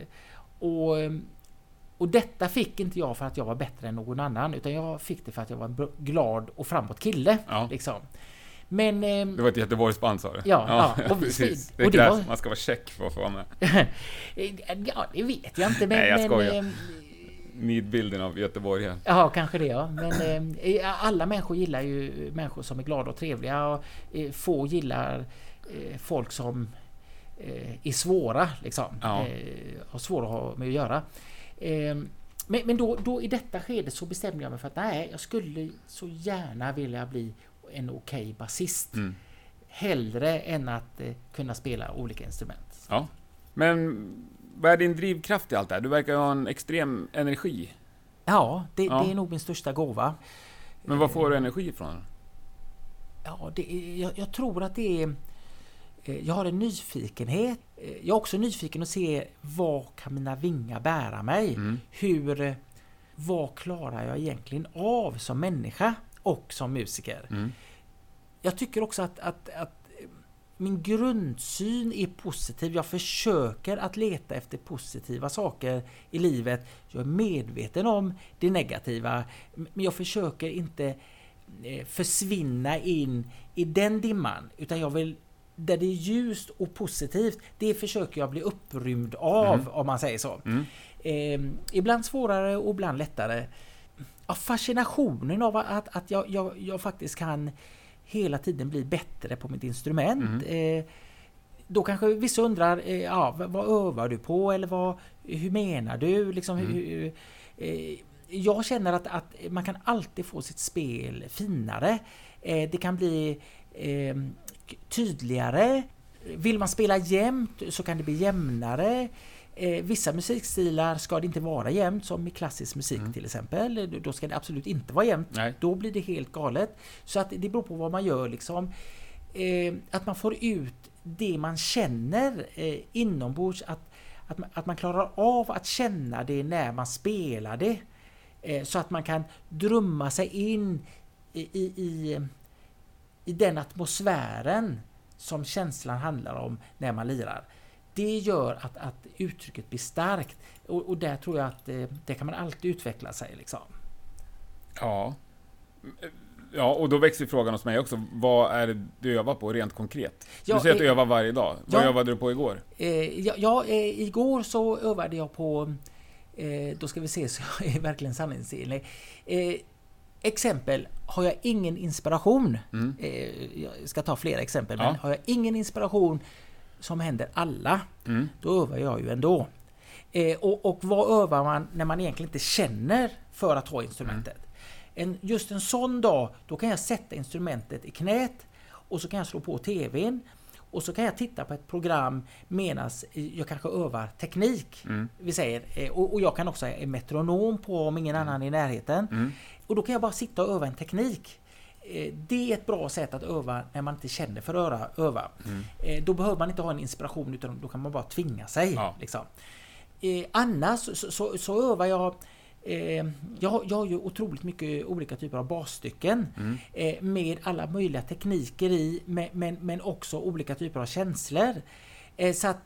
Och detta fick inte jag för att jag var bättre än någon annan, utan jag fick det för att jag var en glad och framåt kille. Ja. Liksom. Men, det var ett Göteborgsband, sa du? Ja, och precis. Det krävs, man ska vara check för att få vara med. Ja, det vet jag inte. Men, nej, jag skojar. Nidbilden av Göteborg här. Ja, kanske det, ja. Men alla människor gillar ju människor som är glada och trevliga, och få gillar folk som är svåra liksom. Och svåra att ha med att göra. Men då i detta skede så bestämde jag mig för att nej, jag skulle så gärna vilja bli en okej basist. Hellre än att kunna spela olika instrument. Ja. Men vad är din drivkraft i allt det här? Du verkar ha en extrem energi. Ja, det är nog min största gåva. Men var får du energi ifrån? Ja, jag tror att det är... Jag har en nyfikenhet. Jag är också nyfiken att se vad kan mina vingar bära mig. vad klarar jag egentligen av som människa och som musiker? Jag tycker också att min grundsyn är positiv. Jag försöker att leta efter positiva saker i livet. Jag är medveten om det negativa, men jag försöker inte försvinna in i den dimman, utan jag vill, där det är ljust och positivt, det försöker jag bli upprymd av, om man säger så. Ibland svårare och ibland lättare. Fascinationen av att jag faktiskt kan hela tiden bli bättre på mitt instrument. Då kanske vissa undrar, vad övar du på? Eller hur menar du? Liksom, jag känner att man kan alltid få sitt spel finare. Det kan bli tydligare. Vill man spela jämnt så kan det bli jämnare. Vissa musikstilar ska det inte vara jämnt, som i klassisk musik till exempel. Då ska det absolut inte vara jämnt. Nej. Då blir det helt galet. Så att det beror på vad man gör liksom. Att man får ut det man känner inombords. Att man klarar av att känna det när man spelar det. Så att man kan drömma sig in i den atmosfären som känslan handlar om när man lirar. Det gör att uttrycket blir starkt, och där tror jag att det kan man alltid utveckla sig liksom. Ja, och då växer frågan hos mig också. Vad är det du övar på rent konkret? Du säger att du övar varje dag. Vad övade du på igår? Igår så övade jag på, då ska vi se så jag är verkligen sanningsenlig. Exempel, har jag ingen inspiration, jag ska ta flera exempel, men har jag ingen inspiration som händer alla, då övar jag ju ändå. Och vad övar man när man egentligen inte känner för att ha instrumentet? Just en sån dag, då kan jag sätta instrumentet i knät, och så kan jag slå på tvn, och så kan jag titta på ett program medan jag kanske övar teknik. Vi säger, och jag kan också ha en metronom på om ingen annan är i närheten. Och då kan jag bara sitta och öva en teknik. Det är ett bra sätt att öva när man inte känner för att öva. Då behöver man inte ha en inspiration, utan då kan man bara tvinga sig. Liksom. Annars så övar jag. Jag har ju otroligt mycket olika typer av basstycken med alla möjliga tekniker i, men också olika typer av känslor. Så att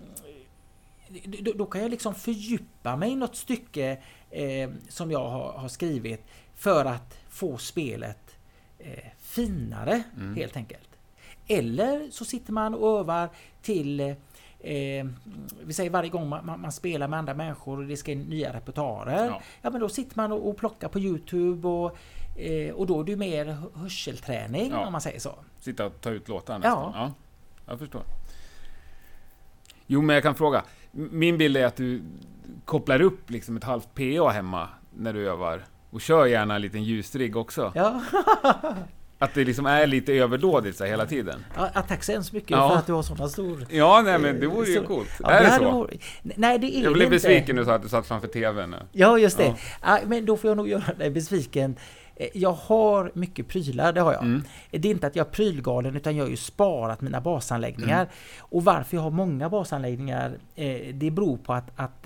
då kan jag liksom fördjupa mig i något stycke som jag har skrivit för att få spelet finare helt enkelt. Eller så sitter man och övar till vi säger varje gång man spelar med andra människor och det ska in nya repertoarer. Ja, men då sitter man och plockar på YouTube och då är det mer hörselträning, om man säger så. Sitta och ta ut låtar nästan. Ja, jag förstår. Jo, men jag kan fråga. Min bild är att du kopplar upp liksom ett halvt PA hemma när du övar. Och kör gärna en liten ljusrigg också. Ja. Att det liksom är lite överdådigt så hela tiden. Ja, tack så hemskt mycket för att du har sådana stor... Ja, nej, men det vore ju coolt. Ja, är det så? Nej, det är jag blev besviken nu så att du satt framför tvn. Ja, just det. Ja, men då får jag nog göra dig besviken. Jag har mycket prylar, det har jag. Det är inte att jag är prylgalen, utan jag har ju sparat mina basanläggningar. Och varför jag har många basanläggningar, det beror på att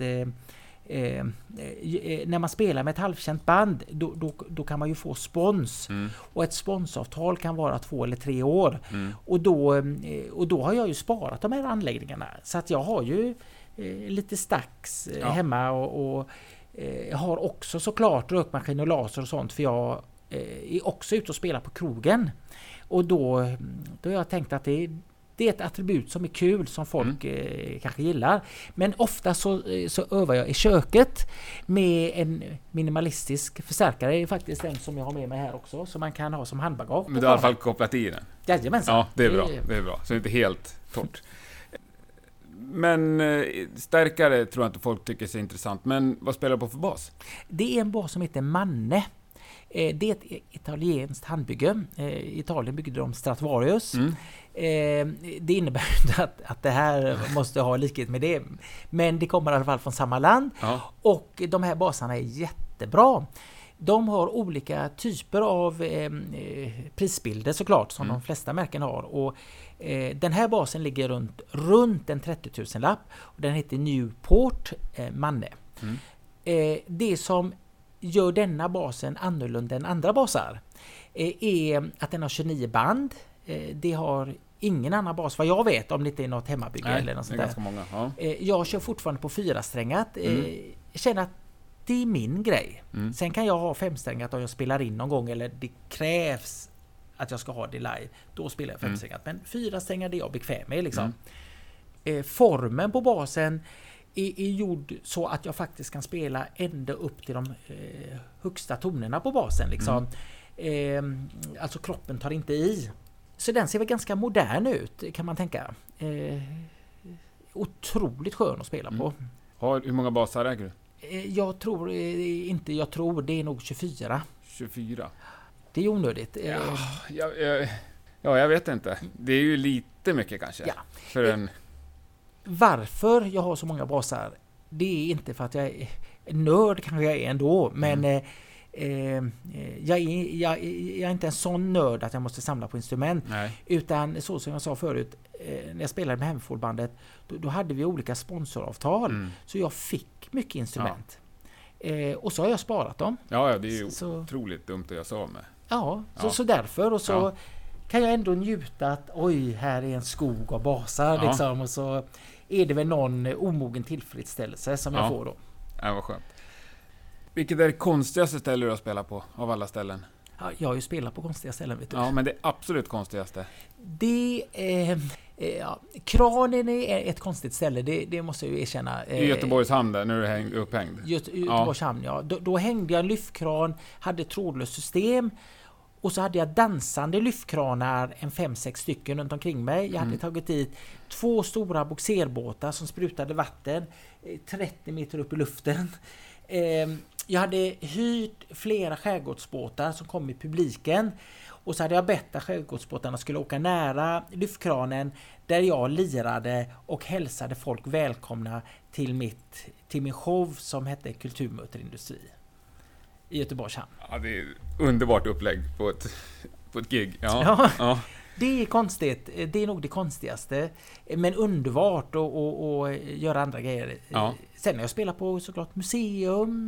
när man spelar med ett halvkänt band, då kan man ju få spons. Och ett sponsavtal kan vara 2 eller 3 år. Och då har jag ju sparat de här anläggningarna. Så att jag har ju lite stacks hemma och jag har också såklart rökmaskin och laser och sånt, för jag är också ute och spelar på krogen. Och då har jag tänkt att det är ett attribut som är kul, som folk kanske gillar. Men ofta så övar jag i köket med en minimalistisk förstärkare. Det är faktiskt den som jag har med mig här också, som man kan ha som handbagage. Men du har i alla fall kopplat i den? Jajamensan. Ja, det är bra. Det är bra. Så det är inte helt torrt. Men stärkare tror jag inte folk tycker är intressant. Men vad spelar du på för bas? Det är en bas som heter Manne. Det är ett italienskt handbygge. I Italien byggde de Stradivarius. Det innebär inte att det här måste ha likhet med det. Men det kommer i alla fall från samma land. Och de här basarna är jättebra. De har olika typer av prisbilder såklart, som de flesta märken har. Och den här basen ligger runt en 30 000 lapp. Och den heter Newport Manne. Det som gör denna basen annorlunda än andra basar är att den har 29 band. Det har ingen annan bas vad jag vet, om det inte är något hemmabygge eller något sånt där. Ganska många, ja. Jag kör fortfarande på 4-strängat. Jag känner att det är min grej. Sen kan jag ha 5-strängat om jag spelar in någon gång eller det krävs att jag ska ha det live. Då spelar jag 5-strängat. Men 4-strängat är jag bekväm med liksom. Formen på basen är gjord så att jag faktiskt kan spela ända upp till de högsta tonerna på basen liksom. Alltså kroppen tar inte i. Så den ser väl ganska modern ut kan man tänka. Otroligt skön att spela på. Hur många basar äger du? Jag tror det är nog 24. 24. Det är onödigt. Jag vet inte. Det är ju lite mycket kanske. Ja. För en... Varför jag har så många basar, det är inte för att jag är nörd, kanske jag är ändå, men jag är inte en sån nörd att jag måste samla på instrument. Nej. Utan så som jag sa förut, när jag spelade med Hemfold-bandet, då hade vi olika sponsoravtal, så jag fick mycket instrument. Och så har jag sparat dem. Ja, det är ju otroligt dumt att göra så med. Ja, så därför. Och så kan jag ändå njuta att här är en skog av basar liksom, och så är det väl någon omogen tillfredsställelse som jag får då. Ja, vad skönt. Vilket är det konstigaste stället du har spelat på av alla ställen? Ja, jag har ju spelat på konstiga ställen, vet du. Ja, men det absolut konstigaste? Kranen är ett konstigt ställe, det måste jag ju erkänna. I Göteborgs hamn där, när du är upphängd? Göteborgs hamn, ja. Då hängde jag en lyftkran, hade trådlöst system. Och så hade jag dansande lyftkranar, 5-6 stycken runt omkring mig. Jag hade tagit dit 2 stora boxerbåtar som sprutade vatten 30 meter upp i luften. Jag hade hyrt flera skärgårdsbåtar som kom i publiken. Och så hade jag bett att skärgårdsbåtarna skulle åka nära lyftkranen där jag lirade och hälsade folk välkomna till min show som hette Kulturmöterindustri i Göteborgs hamn. Ja, det är underbart upplägg på ett gig. Ja. Det är konstigt. Det är nog det konstigaste. Men underbart att göra andra grejer. Ja. Sen när jag spelar på såklart museum,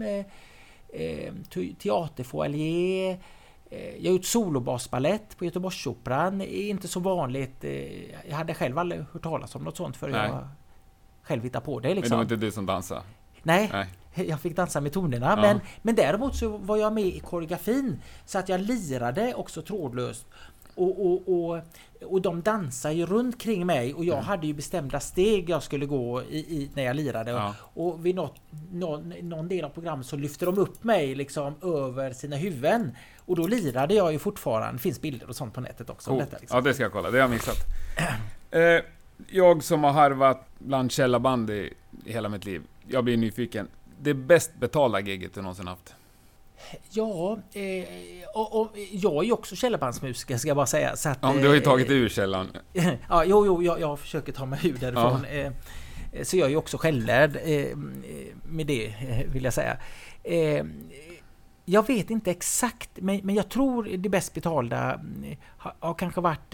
teaterfoajé. Jag har gjort solobasballett på Göteborgsoperan. Det är inte så vanligt. Jag hade själv aldrig hört talas om något sånt för jag själv hittar på det. Liksom. Men det var inte du som dansade? Nej. Jag fick dansa med tonerna, men däremot så var jag med i koreografin så att jag lirade också trådlöst och de dansade ju runt kring mig och jag hade ju bestämda steg jag skulle gå i när jag lirade och vid någon del av programmet så lyfte de upp mig liksom över sina huvuden och då lirade jag ju fortfarande. Det finns bilder och sånt på nätet också om detta, liksom. Ja, det ska jag kolla, det har jag missat. Jag som har harvat bland källarband i hela mitt liv, jag blir nyfiken. Det bäst betalda giget du någonsin haft? Ja, och jag är ju också källarbandsmusiker, ska jag bara säga. Så att, du har ju tagit ur källan. Ja, jag försöker ta mig ur därifrån. Så jag är ju också självlärd med det, vill jag säga. Jag vet inte exakt, men jag tror det bäst betalda har kanske varit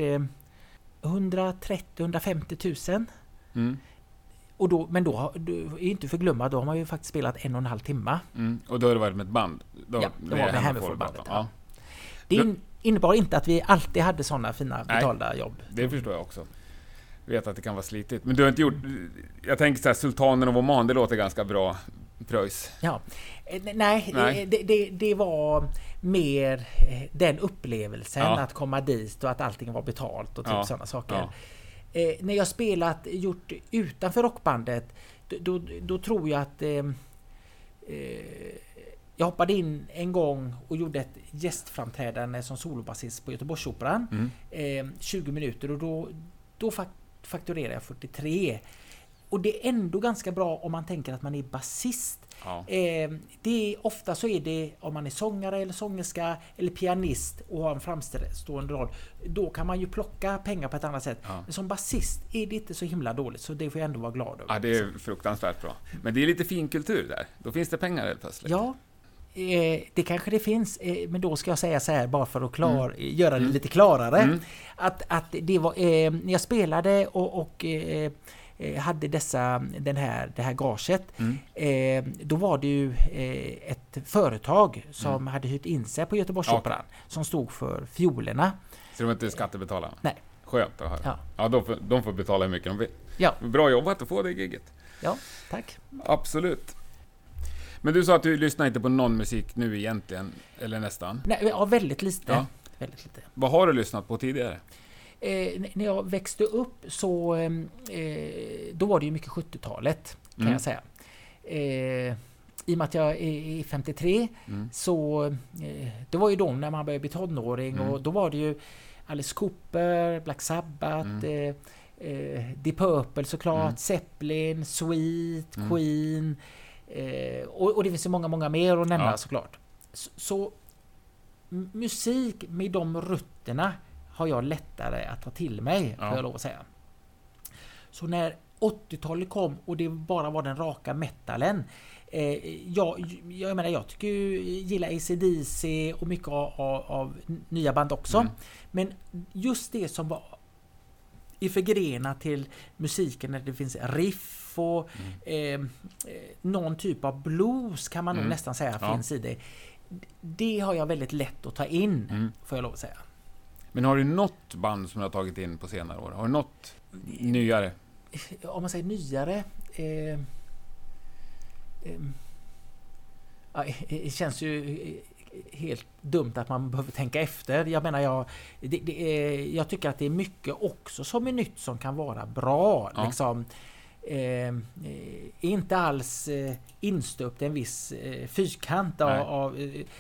130-150 000. Men då är inte förglömma, då har man ju faktiskt spelat 1,5 timme. Och då har det varit med ett band? Det var med Hammerfall-bandet. Ja. Det innebar inte att vi alltid hade sådana fina betalda jobb. Det förstår jag också. Jag vet att det kan vara slitigt. Men du har inte gjort... Jag tänker så här, Sultanen av Oman, det låter ganska bra pröjs. Ja. Nej. Det var mer den upplevelsen att komma dit och att allting var betalt och typ sådana saker. Ja. När jag gjort utanför rockbandet, då tror jag att jag hoppade in en gång och gjorde ett gästframträdande som solobasist på Göteborgsoperan. 20 minuter och då fakturerade jag 43. Och det är ändå ganska bra om man tänker att man är basist. Ja. Ofta så är det om man är sångare eller sångerska eller pianist och har en framstående roll. Då kan man ju plocka pengar på ett annat sätt. Ja. Men som basist är det inte så himla dåligt, så det får jag ändå vara glad över. Ja, det är fruktansvärt bra. Men det är lite fin kultur där. Då finns det pengar helt plötsligt. Ja, det kanske det finns. Men då ska jag säga så här, bara för att göra det lite klarare. Att det var när jag spelade och hade det här gaget, då var det ju ett företag som hade hyrt in sig på Göteborgsoperan som stod för fiolerna. Så de är inte skattebetalarna? Nej. Skönt att höra. Ja, de får betala hur mycket de vill. Ja. Bra jobbat att få det giget. Ja, tack. Absolut. Men du sa att du lyssnar inte på någon musik nu egentligen, eller nästan? Nej, ja, väldigt lite. Ja. Väldigt lite. Vad har du lyssnat på tidigare? När jag växte upp så då var det ju mycket 70-talet kan jag säga. I och med att jag är 53 så det var ju då när man började bli tonåring och då var det ju Alice Cooper, Black Sabbath, Deep Purple såklart, Zeppelin, Sweet, Queen och det finns ju många mer att nämna såklart. Så musik med de rötterna har jag lättare att ta till mig, får jag lov att säga. Så när 80-talet kom och det bara var den raka metalen, jag menar, jag tycker gillar AC/DC och mycket av nya band också. Men just det som var i förgrena till musiken, när det finns riff och någon typ av blues kan man nog nästan säga finns i det. Det har jag väldigt lätt att ta in, får jag lov att säga. Men har du något band som du har tagit in på senare år? Har du något nyare? Om man säger nyare... det känns ju helt dumt att man behöver tänka efter. Jag menar, jag tycker att det är mycket också som är nytt som kan vara bra. Ja. Liksom, inte alls instöpt en viss fyrkant av...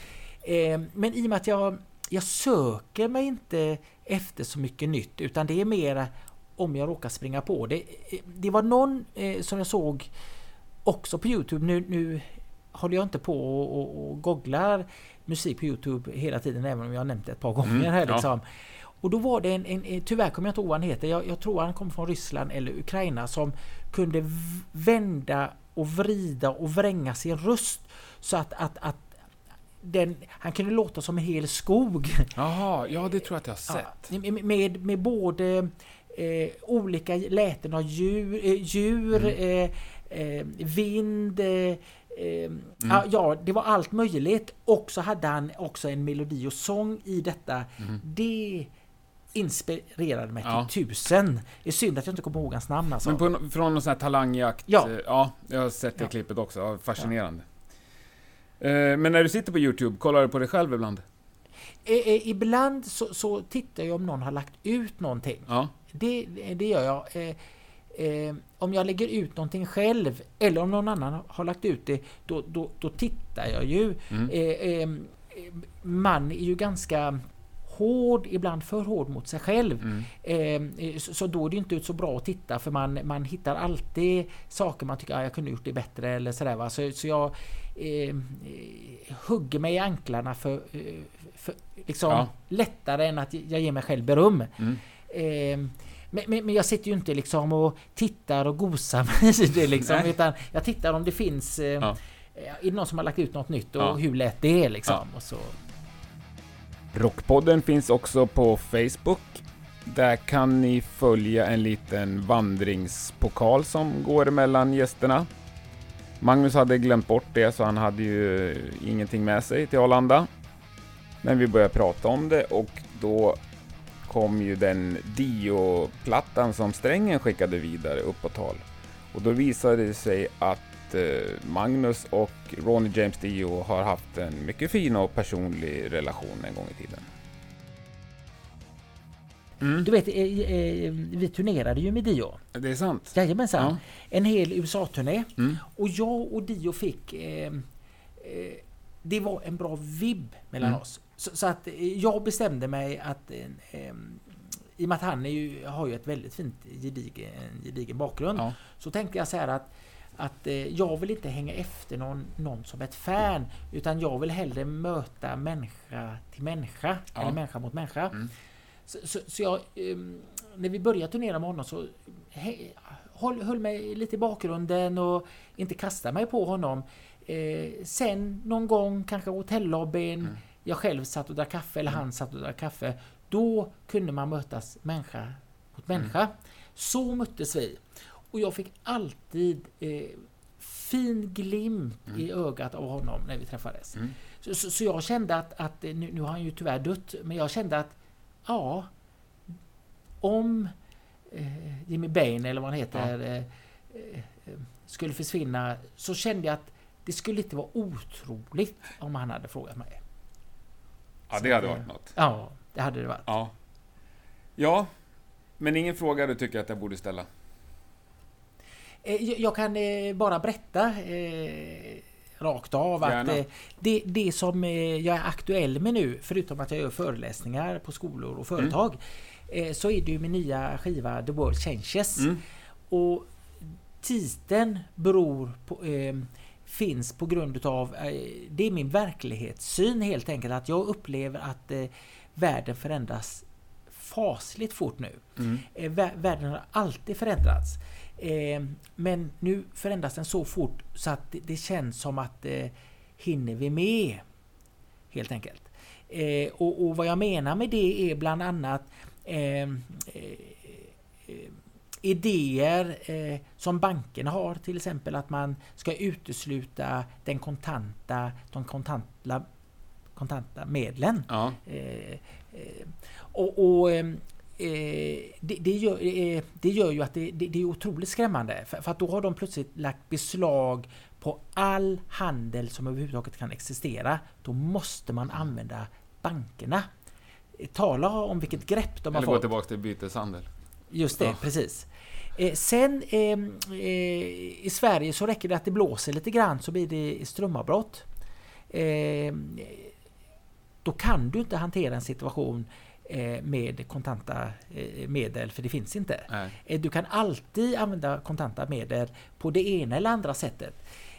men i och med att jag söker mig inte efter så mycket nytt, utan det är mer om jag råkar springa på det. Det var någon som jag såg också på YouTube. Nu håller jag inte på och googlar musik på YouTube hela tiden, även om jag har nämnt det ett par gånger här liksom. Och då var det tyvärr kommer jag inte ihåg vad han heter. Jag tror han kom från Ryssland eller Ukraina, som kunde vända och vrida och vränga sin röst så att han kunde låta som en hel skog. Jaha, ja, det tror jag att jag har sett. Med både olika läten av djur, vind, det var allt möjligt. Och så hade han också en melodi och sång i detta. Det inspirerade mig till 1000. Det är synd att jag inte kommer ihåg hans namn. Alltså. Men från någon sån här talangjakt. Ja, jag har sett det klippet också. Fascinerande. Men när du sitter på YouTube, kollar du på dig själv ibland? Ibland så tittar jag om någon har lagt ut någonting. Ja. Det gör jag. Om jag lägger ut någonting själv eller om någon annan har lagt ut det, då tittar jag ju. Man är ju ganska hård, ibland för hård mot sig själv. Så då är det inte ut så bra att titta, för man hittar alltid saker man tycker jag kunde gjort det bättre eller sådär, va? Så jag hugger mig i anklarna för liksom lättare än att jag ger mig själv beröm. Men jag sitter ju inte liksom och tittar och gosar mig i det liksom, utan jag tittar om det finns är det någon som har lagt ut något nytt och hur lätt det är liksom. Och så. Rockpodden finns också på Facebook. Där kan ni följa en liten vandringspokal som går mellan gästerna. Magnus hade glömt bort det, så han hade ju ingenting med sig till Arlanda. Men vi började prata om det och då kom ju den Dio-plattan som Strängen skickade vidare upp på tal. Och då visade det sig att Magnus och Ronnie James Dio har haft en mycket fin och personlig relation en gång i tiden. Du vet, vi turnerade ju med Dio. Det är sant. Jajamensan. Ja. En hel USA-turné. Och jag och Dio fick... det var en bra vibb mellan oss. Så att jag bestämde mig att... i och med att han har ju ett väldigt fint gedigen bakgrund. Ja. Så tänkte jag så här att jag vill inte hänga efter någon som ett fan, utan jag vill hellre möta människa till människa. Eller människa mot människa. Så jag, när vi började turnera med honom så höll mig lite i bakgrunden och inte kastade mig på honom. Sen någon gång, kanske hotellobbyn, jag själv satt och drack kaffe eller han satt och drack kaffe, då kunde man mötas människa mot människa. Så möttes vi. Och jag fick alltid fin glimt i ögat av honom när vi träffades. Så jag kände att nu har han ju tyvärr dött, men jag kände att om Jimmy Bain eller vad han heter skulle försvinna, så kände jag att det skulle inte vara otroligt om han hade frågat mig. Ja, det hade varit något. Ja, det hade det varit. Ja, men ingen fråga du tycker att jag borde ställa? Jag kan bara berätta rakt av att det som jag är aktuell med nu, förutom att jag gör föreläsningar på skolor och företag, så är det ju min nya skiva The World Changes. Och titeln finns på grund av det är min verklighetssyn helt enkelt, att jag upplever att världen förändras fasligt fort nu. Världen har alltid förändrats. Men nu förändras den så fort så att det känns som att hinner vi med helt enkelt. Och vad jag menar med det är bland annat idéer som bankerna har, till exempel att man ska utesluta de kontanta medlen. Det gör ju att det är otroligt skrämmande, för att då har de plötsligt lagt beslag på all handel som överhuvudtaget kan existera. Då måste man använda bankerna. Tala om vilket grepp de har fått. Eller gå tillbaka till byteshandel. Just det, precis. Sen i Sverige så räcker det att det blåser lite grann så blir det strömavbrott. Då kan du inte hantera en situation med kontanta medel, för det finns inte. Du kan alltid använda kontanta medel på det ena eller andra sättet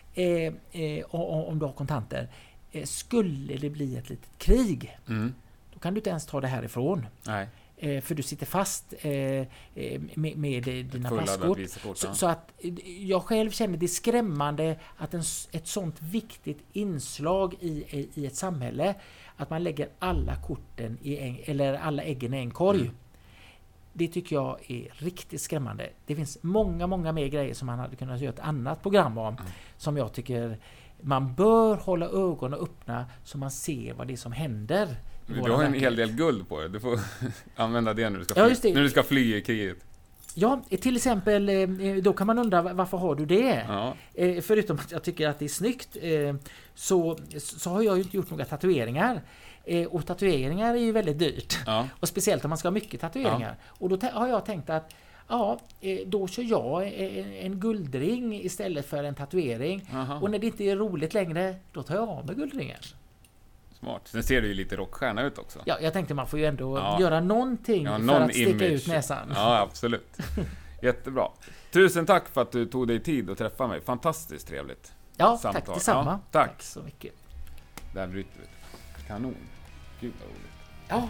om du har kontanter. Skulle det bli ett litet krig, då kan du inte ens ta det härifrån. För du sitter fast med dina passkort. Så att jag själv känner det skrämmande att ett sånt viktigt inslag i ett samhälle, att man lägger alla korten eller alla äggen i en korg. Det tycker jag är riktigt skrämmande. Det finns många mer grejer som man hade kunnat göra ett annat program om, som jag tycker man bör hålla ögonen öppna så man ser vad det är som händer. Du har en hel del guld på det. Du får använda det när du ska fly i kriget. Ja, till exempel då kan man undra varför har du det? Förutom att jag tycker att det är snyggt så har jag ju inte gjort några tatueringar. Och tatueringar är ju väldigt dyrt. Och speciellt om man ska ha mycket tatueringar. Och då har jag tänkt att då kör jag en guldring istället för en tatuering. Och när det inte är roligt längre, då tar jag av med guldringen. Smart. Sen ser du ju lite rockstjärna ut också. Ja, jag tänkte man får ju ändå göra någonting för att sticka ut näsan. Ja, absolut. Jättebra. Tusen tack för att du tog dig tid att träffa mig. Fantastiskt trevligt. Ja, samtal. Tack detsamma. Tack så mycket. Där bryter vi. Kanon. Gud vad roligt. Ja.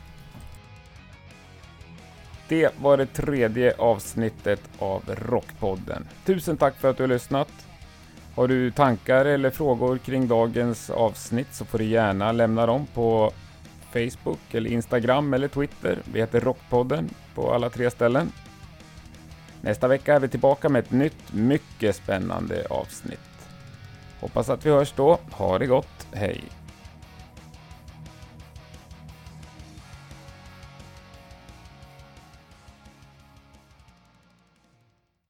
Det var det 3:e avsnittet av Rockpodden. Tusen tack för att du har lyssnat. Har du tankar eller frågor kring dagens avsnitt så får du gärna lämna dem på Facebook eller Instagram eller Twitter. Vi heter Rockpodden på alla 3 ställen. Nästa vecka är vi tillbaka med ett nytt, mycket spännande avsnitt. Hoppas att vi hörs då. Ha det gott. Hej!